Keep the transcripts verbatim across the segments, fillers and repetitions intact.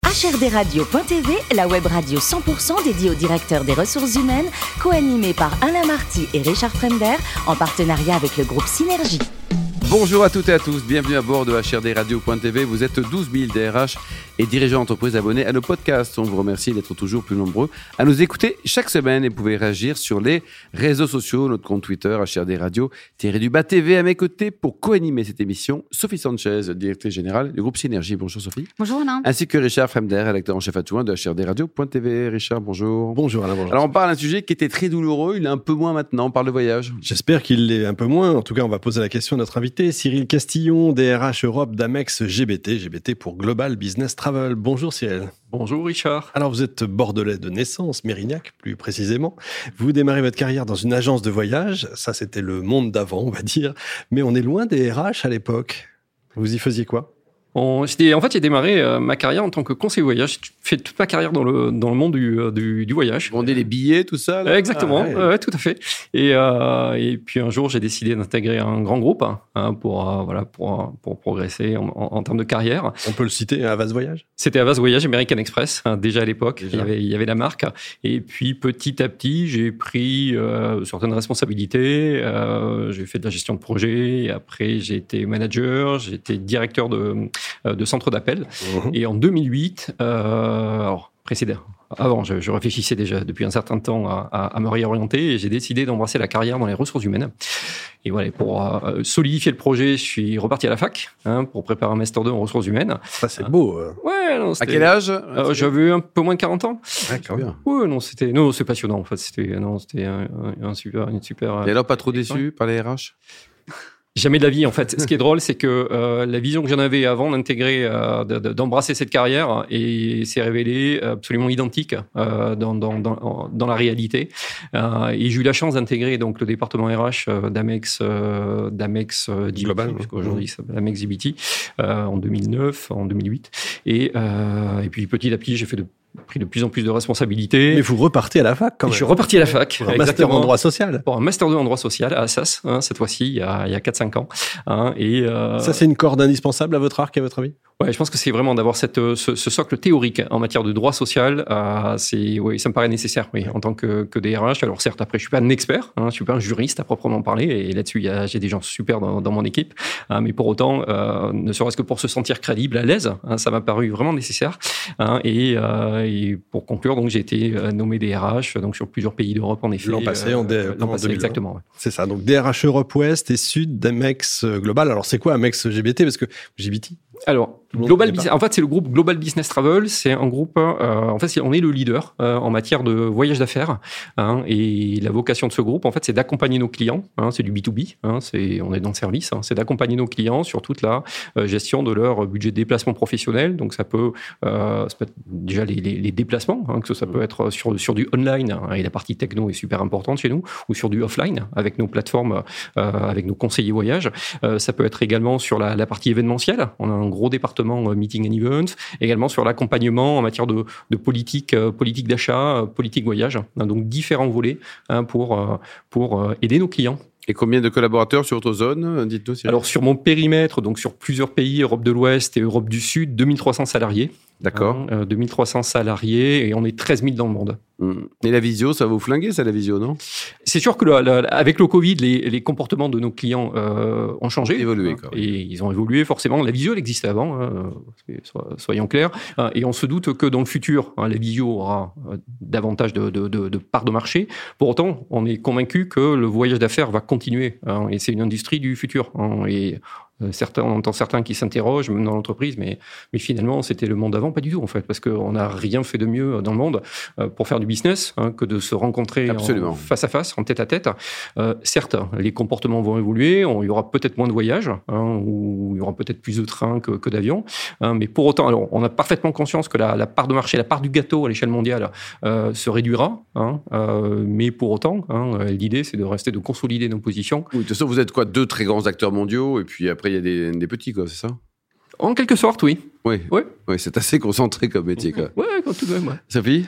H R D radio point T V, la web radio cent pour cent dédiée aux directeurs des ressources humaines, co-animée par Alain Marty et Richard Fremder, en partenariat avec le groupe Synergie. Bonjour à toutes et à tous, bienvenue à bord de H R D radio point T V. Vous êtes douze mille D R H et dirigeants d'entreprise abonnés à nos podcasts. On vous remercie d'être toujours plus nombreux à nous écouter chaque semaine et vous pouvez réagir sur les réseaux sociaux, notre compte Twitter, H R D radio du bas T V. À mes côtés pour co-animer cette émission, Sophie Sanchez, directrice générale du groupe Synergie. Bonjour Sophie. Bonjour Alain. Ainsi que Richard Fremder, rédacteur en chef adjoint de H R D radio point T V. Richard, bonjour. Bonjour Alain, bonjour. Alors on parle d'un sujet qui était très douloureux, il est un peu moins maintenant, on parle de voyage. J'espère qu'il l'est un peu moins. En tout cas, on va poser la question à notre invité, Cyril Castillon, D R H Europe d'Amex G B T, G B T pour Global Business Travel. Bonjour Cyril. Bonjour Richard. Alors vous êtes bordelais de naissance, Mérignac plus précisément. Vous démarrez votre carrière dans une agence de voyage. Ça, c'était le monde d'avant, on va dire. Mais on est loin des R H à l'époque. Vous y faisiez quoi ? On, j'étais, en fait, j'ai démarré euh, ma carrière en tant que conseiller voyage. J'ai fait toute ma carrière dans le, dans le monde du, euh, du, du voyage. Vous vendez les billets, tout ça là ? euh, Exactement, ah, ouais. euh, tout à fait. Et, euh, et puis un jour, j'ai décidé d'intégrer un grand groupe hein, pour, euh, voilà, pour, pour progresser en, en, en termes de carrière. On peut le citer, Havas Voyage ? C'était Havas Voyage, American Express, hein, déjà à l'époque. Déjà. Il y avait, il y avait la marque. Et puis petit à petit, j'ai pris euh, certaines responsabilités. Euh, j'ai fait de la gestion de projet. Et après, j'ai été manager. J'ai été directeur de, de centre d'appel. Mmh. Et en deux mille huit, euh, alors précédent, avant, je, je réfléchissais déjà depuis un certain temps à, à, à me réorienter et j'ai décidé d'embrasser la carrière dans les ressources humaines. Et voilà, pour euh, solidifier le projet, je suis reparti à la fac hein, pour préparer un master deux en ressources humaines. Ça, c'est beau. Euh. Ouais, non, à quel âge euh, J'avais un peu moins de quarante ans. D'accord, bien. Ouais, non, c'était, non, c'est passionnant en fait. C'était, non, c'était un, un super, une super. Et alors, pas trop déçu par les R H ? Jamais de la vie, en fait. Ce qui est drôle, c'est que euh, la vision que j'en avais avant d'intégrer, euh, de, de, d'embrasser cette carrière, et s'est révélée absolument identique euh, dans, dans, dans, dans la réalité. Euh, et j'ai eu la chance d'intégrer donc le département R H euh, d'Amex, euh, d'Amex euh, G B T, Global, puisqu'aujourd'hui ça s'appelle Amex G B T, euh, en deux mille neuf, en deux mille huit. Et, euh, et puis petit à petit, j'ai fait de pris de plus en plus de responsabilités. Mais vous repartez à la fac quand même. Et je suis reparti à la fac. Pour un master en droit social. Pour un master deux en droit social à Assas, hein, cette fois-ci, il y a, il y a quatre cinq ans. Hein, et, euh... Ça, c'est une corde indispensable à votre arc, à votre avis ? Ouais, je pense que c'est vraiment d'avoir cette, ce, ce socle théorique en matière de droit social. Euh, c'est, oui, ça me paraît nécessaire, oui, en tant que, que D R H. Alors certes, après, je suis pas un expert, hein, je suis pas un juriste à proprement parler, et là-dessus, il y a, j'ai des gens super dans, dans mon équipe. Hein, mais pour autant, euh, ne serait-ce que pour se sentir crédible, à l'aise, hein, ça m'a paru vraiment nécessaire. Hein, et, euh, et pour conclure, donc j'ai été nommé D R H donc sur plusieurs pays d'Europe, en effet. L'an passé, euh, en, dé- l'an en passé, deux mille vingt. exactement. Ouais. C'est ça. Donc D R H Europe Ouest et Sud d'Amex Global. Alors c'est quoi Amex G B T ? Parce que G B T. Alors, Global Business, en fait, c'est le groupe Global Business Travel. C'est un groupe, euh, en fait, c'est, on est le leader euh, en matière de voyage d'affaires. Hein, et la vocation de ce groupe, en fait, c'est d'accompagner nos clients. Hein, c'est du B deux B. Hein, c'est, on est dans le service. Hein, c'est d'accompagner nos clients sur toute la euh, gestion de leur budget de déplacement professionnel. Donc, ça peut, euh, ça peut être déjà les, les, les déplacements. Hein, que ça peut être sur sur du online. Hein, et la partie techno est super importante chez nous, ou sur du offline avec nos plateformes, euh, avec nos conseillers voyage. Euh, ça peut être également sur la, la partie événementielle. On a un gros département euh, meeting and events, également sur l'accompagnement en matière de, de politique, euh, politique d'achat, euh, politique voyage. Hein, donc différents volets hein, pour euh, pour euh, aider nos clients. Et combien de collaborateurs sur votre zone ? Dites-nous. Cyril. Alors sur mon périmètre, donc sur plusieurs pays, Europe de l'Ouest et Europe du Sud, deux mille trois cents salariés. D'accord. Hein, euh, deux mille trois cents salariés et on est treize mille dans le monde. Et la visio, ça va vous flinguer, ça, la visio, non ? C'est sûr que le, le, avec le Covid, les, les comportements de nos clients euh, ont changé. Évolué, quoi. Et ils ont évolué, forcément. La visio, elle existait avant, hein, soyons clairs. Et on se doute que dans le futur, hein, la visio aura davantage de, de, de, de parts de marché. Pour autant, on est convaincu que le voyage d'affaires va continuer. Hein, et c'est une industrie du futur. Hein, et certains, on entend certains qui s'interrogent, même dans l'entreprise, mais, mais finalement, c'était le monde d'avant, pas du tout, en fait, parce qu'on n'a rien fait de mieux dans le monde euh, pour faire du business hein, que de se rencontrer en, face à face, en tête à tête. Euh, certes, les comportements vont évoluer, on, il y aura peut-être moins de voyages, hein, ou il y aura peut-être plus de trains que, que d'avions, hein, mais pour autant, alors, on a parfaitement conscience que la, la part de marché, la part du gâteau à l'échelle mondiale euh, se réduira, hein, euh, mais pour autant, hein, l'idée, c'est de rester, de consolider nos positions. Oui, de toute façon, vous êtes quoi, deux très grands acteurs mondiaux, et puis après, il y a des, des petits, quoi, c'est ça ? En quelque sorte, oui. Oui, oui. oui, c'est assez concentré comme métier, quoi. Oui, tout de même, ouais. Sophie ?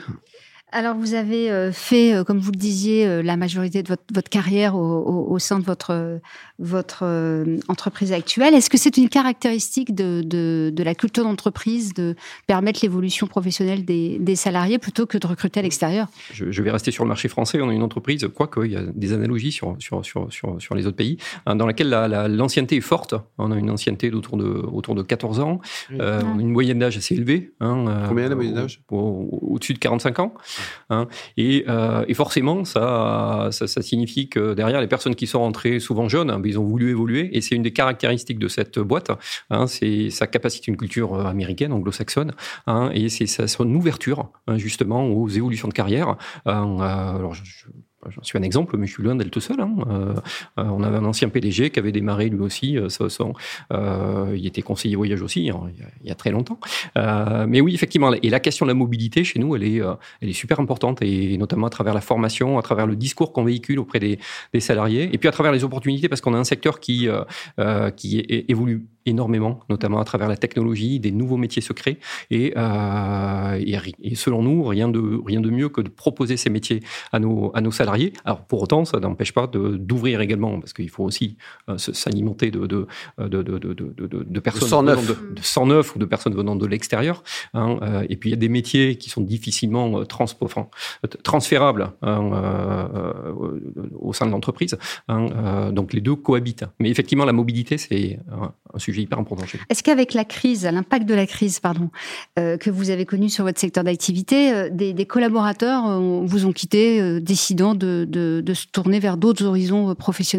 Alors, vous avez euh, fait, euh, comme vous le disiez, euh, la majorité de votre, votre carrière au, au, au sein de votre, euh, votre euh, entreprise actuelle. Est-ce que c'est une caractéristique de, de, de la culture d'entreprise de permettre l'évolution professionnelle des, des salariés plutôt que de recruter à l'extérieur ? je, je vais rester sur le marché français. On a une entreprise, quoique il y a des analogies sur, sur, sur, sur, sur les autres pays, hein, dans laquelle la, la, l'ancienneté est forte. On a une ancienneté d'autour de, autour de quatorze ans. Euh, Oui. on a une moyenne d'âge assez élevée. Hein, Combien euh, la moyenne d'âge ? au, au, Au-dessus de quarante-cinq ans. Hein, et, euh, et forcément, ça, ça, ça signifie que derrière, les personnes qui sont rentrées souvent jeunes, hein, ils ont voulu évoluer. Et c'est une des caractéristiques de cette boîte. Hein, c'est sa capacité, une culture américaine, anglo-saxonne. Hein, et c'est sa, son ouverture, hein, justement, aux évolutions de carrière. Hein, euh, alors, je, je, J'en suis un exemple, mais je suis loin d'être seul. Hein. Euh, euh, on avait un ancien P D G qui avait démarré lui aussi. Euh, ça, ça, euh, il était conseiller voyage aussi, hein, il, y a, il y a très longtemps. Euh, mais oui, effectivement. Et la question de la mobilité chez nous, elle est, euh, elle est super importante, et notamment à travers la formation, à travers le discours qu'on véhicule auprès des, des salariés, et puis à travers les opportunités, parce qu'on a un secteur qui, euh, euh, qui é- évolue énormément, notamment à travers la technologie, des nouveaux métiers secrets. Et, euh, et, et selon nous, rien de, rien de mieux que de proposer ces métiers à nos, à nos salariés. Alors pour autant, ça n'empêche pas de, d'ouvrir également, parce qu'il faut aussi euh, s'alimenter de, de, de, de, de, de, de, de personnes cent neuf. venant de, de cent neuf ou de personnes venant de l'extérieur. Hein, euh, et puis il y a des métiers qui sont difficilement euh, transpo, enfin, transférables hein, euh, au sein de l'entreprise. Hein, euh, donc les deux cohabitent. Mais effectivement, la mobilité, c'est un, un sujet hyper important chez nous. Est-ce qu'avec la crise, l'impact de la crise, pardon, euh, que vous avez connu sur votre secteur d'activité, euh, des, des collaborateurs euh, vous ont quitté, euh, décidant de, de, de se tourner vers d'autres horizons euh, professionnels ?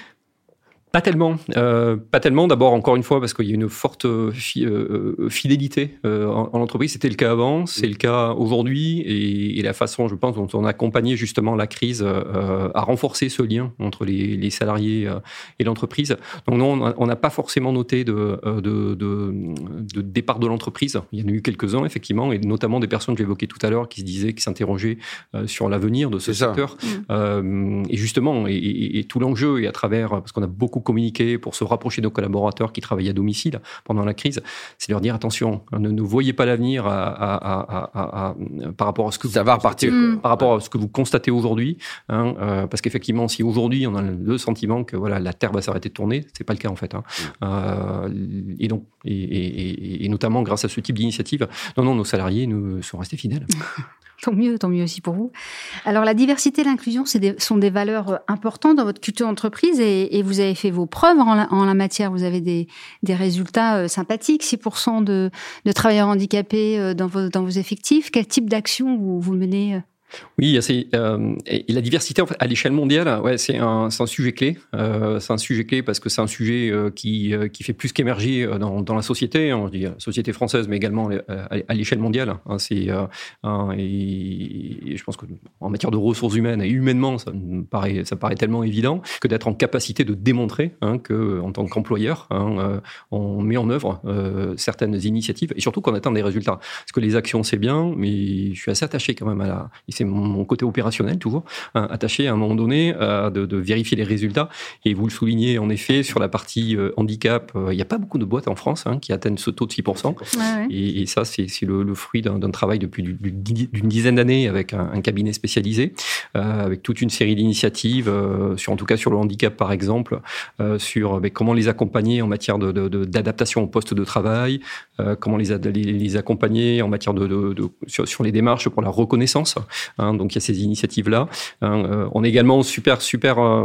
Pas tellement, euh, pas tellement. D'abord, encore une fois, parce qu'il y a une forte fi- euh, fidélité euh, en, en entreprise. C'était le cas avant, c'est le cas aujourd'hui, et, et la façon, je pense, dont on a accompagné justement la crise euh, a renforcé ce lien entre les, les salariés euh, et l'entreprise. Donc non, on n'a pas forcément noté de, de, de, de départ de l'entreprise. Il y en a eu quelques-uns, effectivement, et notamment des personnes que j'évoquais tout à l'heure qui se disaient, qui s'interrogeaient euh, sur l'avenir de ce C'est secteur. Mmh. Euh, et justement, et, et, et tout l'enjeu, et à travers, parce qu'on a beaucoup communiquer pour se rapprocher de nos collaborateurs qui travaillent à domicile pendant la crise, c'est de leur dire attention, ne, ne voyez pas l'avenir à, à, à, à, à, par rapport à ce que Ça vous va repartir. Mmh. par rapport à ce que vous constatez aujourd'hui, hein, euh, parce qu'effectivement, si aujourd'hui on a le sentiment que voilà la Terre va s'arrêter de tourner, c'est pas le cas en fait. Hein. Mmh. Euh, et donc, et, et, et notamment grâce à ce type d'initiative, non, non, nos salariés nous sont restés fidèles. Tant mieux, tant mieux aussi pour vous. Alors, la diversité et l'inclusion, c'est des, sont des valeurs importantes dans votre culture d'entreprise, et, et vous avez fait vos preuves en la, en la matière. Vous avez des, des résultats euh, sympathiques, six pour cent de, de travailleurs handicapés euh, dans, vos, dans vos effectifs. Quel type d'action vous, vous menez euh Oui, c'est, euh, et la diversité en fait, à l'échelle mondiale, ouais, c'est un, c'est un sujet clé. Euh, c'est un sujet clé parce que c'est un sujet euh, qui, euh, qui fait plus qu'émerger dans, dans la société, hein, je dis société française, mais également à, à l'échelle mondiale. Hein, c'est, euh, hein, et, et je pense que en matière de ressources humaines et humainement, ça me paraît, ça paraît tellement évident que d'être en capacité de démontrer hein, que, en tant qu'employeur, hein, euh, on met en œuvre euh, certaines initiatives et surtout qu'on atteint des résultats. Parce que les actions, c'est bien, mais je suis assez attaché quand même à la. C'est mon, mon côté opérationnel toujours, hein, attaché à un moment donné euh, de, de vérifier les résultats. Et vous le soulignez en effet sur la partie euh, handicap, il euh, n'y a pas beaucoup de boîtes en France hein, qui atteignent ce taux de six pour cent. Ouais, ouais. Et, et ça, c'est, c'est le, le fruit d'un, d'un travail depuis du, du, d'une dizaine d'années avec un, un cabinet spécialisé, euh, avec toute une série d'initiatives, euh, sur, en tout cas sur le handicap par exemple, euh, sur ben, comment les accompagner en matière de, de, de, d'adaptation au poste de travail, euh, comment les, les, les accompagner en matière de, de, de sur, sur les démarches pour la reconnaissance. Hein, donc il y a ces initiatives-là. Hein, euh, on est également super, super, euh,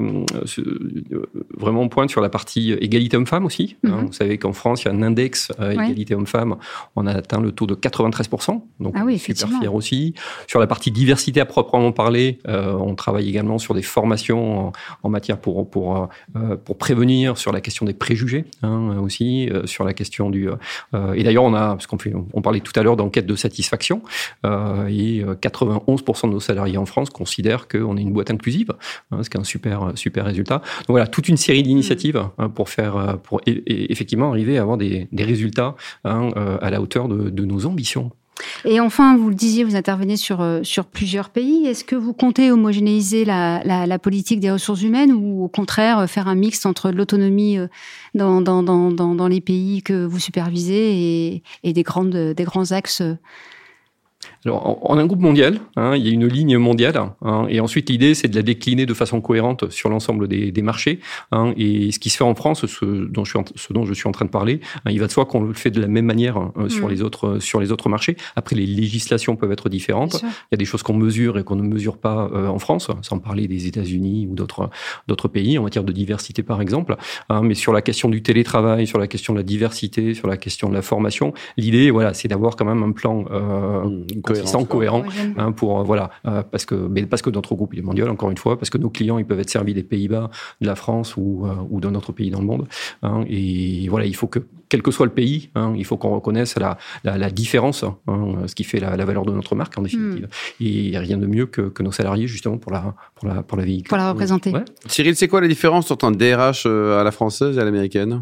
euh, vraiment en pointe sur la partie égalité homme-femme aussi. Hein. Mm-hmm. Vous savez qu'en France, il y a un index euh, ouais. égalité homme-femme. On a atteint le taux de quatre-vingt-treize pour cent. Donc ah oui, super fiers aussi. Sur la partie diversité à proprement parler, euh, on travaille également sur des formations en, en matière pour pour euh, pour prévenir sur la question des préjugés hein, aussi, euh, sur la question du. Euh, et d'ailleurs, on a, parce qu'on fait, on parlait tout à l'heure d'enquête de satisfaction, euh, et quatre-vingt-onze pour cent de nos salariés en France considèrent qu'on est une boîte inclusive, hein, ce qui est un super, super résultat. Donc voilà, toute une série d'initiatives hein, pour faire, pour e- e- effectivement arriver à avoir des, des résultats hein, à la hauteur de, de nos ambitions. Et enfin, vous le disiez, vous intervenez sur, sur plusieurs pays. Est-ce que vous comptez homogénéiser la, la, la politique des ressources humaines ou au contraire faire un mix entre l'autonomie dans, dans, dans, dans, dans les pays que vous supervisez et, et des, grandes, des grands axes ? Alors, on a un groupe mondial, hein, il y a une ligne mondiale, hein, et ensuite l'idée c'est de la décliner de façon cohérente sur l'ensemble des, des marchés. Hein, et ce qui se fait en France, ce dont je suis en, ce dont je suis en train de parler, hein, il va de soi qu'on le fait de la même manière hein, mmh. sur les autres sur les autres marchés. Après, les législations peuvent être différentes. Il y a des choses qu'on mesure et qu'on ne mesure pas euh, en France, sans parler des États-Unis ou d'autres d'autres pays en matière de diversité par exemple. Hein, mais sur la question du télétravail, sur la question de la diversité, sur la question de la formation, l'idée voilà, c'est d'avoir quand même un plan euh, mmh. consistant, cohérent, hein, pour euh, voilà, euh, parce que mais parce que notre groupe il est mondial encore une fois, parce que nos clients ils peuvent être servis des Pays-Bas, de la France ou euh, ou d'un autre pays dans le monde, hein, et voilà, il faut que quel que soit le pays, hein, il faut qu'on reconnaisse la la, la différence, hein, ce qui fait la, la valeur de notre marque en définitive. Mmh. Et il n'y a rien de mieux que, que nos salariés justement pour la pour la pour la véhicule. Pour la représenter. Ouais. Cyril, c'est quoi la différence entre un D R H à la française et à l'américaine?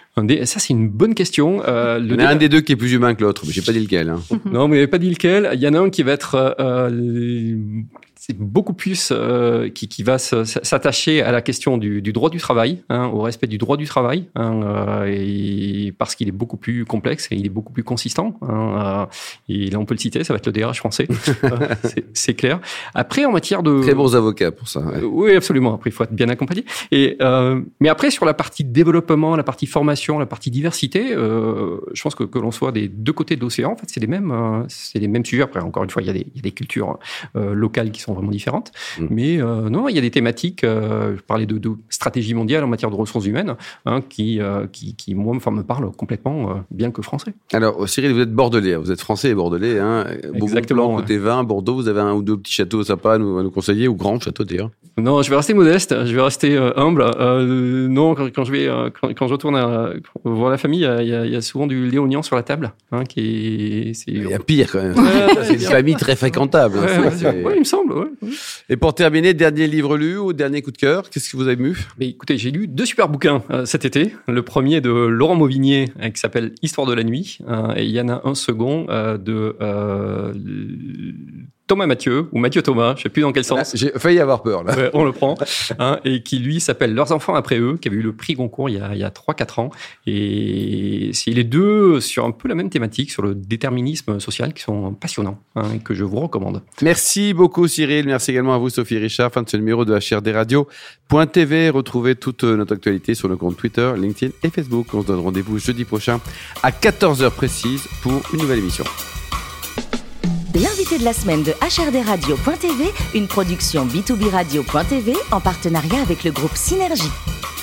Ça, c'est une bonne question. Euh, le il y en a D R... un des deux qui est plus humain que l'autre, mais je n'ai pas dit lequel. Hein. Non, mais pas dit lequel. Il y en a un qui va être... Euh, c'est beaucoup plus euh, qui, qui va se, s'attacher à la question du, du droit du travail, hein, au respect du droit du travail, hein, euh, et parce qu'il est beaucoup plus complexe et il est beaucoup plus consistant. Hein, euh, et là, on peut le citer, ça va être le D R H français, c'est, c'est clair. Après, en matière de... Très bons avocats pour ça. Ouais. Euh, oui, absolument. Après, il faut être bien accompagné. Et, euh, mais après, sur la partie développement, la partie formation, la partie diversité, euh, je pense que, que l'on soit des deux côtés de l'océan, en fait, c'est les mêmes, euh, c'est les mêmes sujets. Après, encore une fois, il y a des, il y a des cultures euh, locales qui sont vraiment différentes. Mmh. Mais euh, non, il y a des thématiques, euh, je parlais de, de stratégie mondiale en matière de ressources humaines, hein, qui, euh, qui, qui, moi, enfin, me parlent complètement, euh, bien que français. Alors, Cyril, vous êtes bordelais, vous êtes français et bordelais. Hein. Exactement. Côté ouais. vin, Bordeaux, vous avez un ou deux petits châteaux sympas à nous, à nous conseiller, ou grands châteaux d'ailleurs? Non, je vais rester modeste, je vais rester euh, humble. Euh, non, quand, quand je vais, euh, quand, quand je retourne à, voir la famille, il y, y, y a souvent du léognan sur la table, hein, qui est. C'est... Il y a pire quand même. Ouais, c'est une famille très fréquentable. Ouais, hein, ouais, c'est... ouais, il me semble. Ouais. Et pour terminer, dernier livre lu ou dernier coup de cœur, qu'est-ce que vous avez lu? Mais écoutez, j'ai lu deux super bouquins euh, cet été. Le premier de Laurent Mauvigné, euh, qui s'appelle Histoire de la nuit, euh, et il y en a un second euh, de euh, Thomas Mathieu, ou Mathieu Thomas, je ne sais plus dans quel sens. Là, j'ai failli avoir peur, là. Ouais, on le prend. Hein, et qui, lui, s'appelle Leurs enfants après eux, qui avait eu le prix Goncourt il y a, il y a trois quatre ans. Et c'est les deux sur un peu la même thématique, sur le déterminisme social, qui sont passionnants, hein, et que je vous recommande. Merci beaucoup, Cyril. Merci également à vous, Sophie Richard. Fin de ce numéro de H R D Radio point T V. Retrouvez toute notre actualité sur nos comptes Twitter, LinkedIn et Facebook. On se donne rendez-vous jeudi prochain à quatorze heures précises pour une nouvelle émission. L'invité de la semaine de H R D Radio point T V, une production B deux B Radio point T V en partenariat avec le groupe Synergie.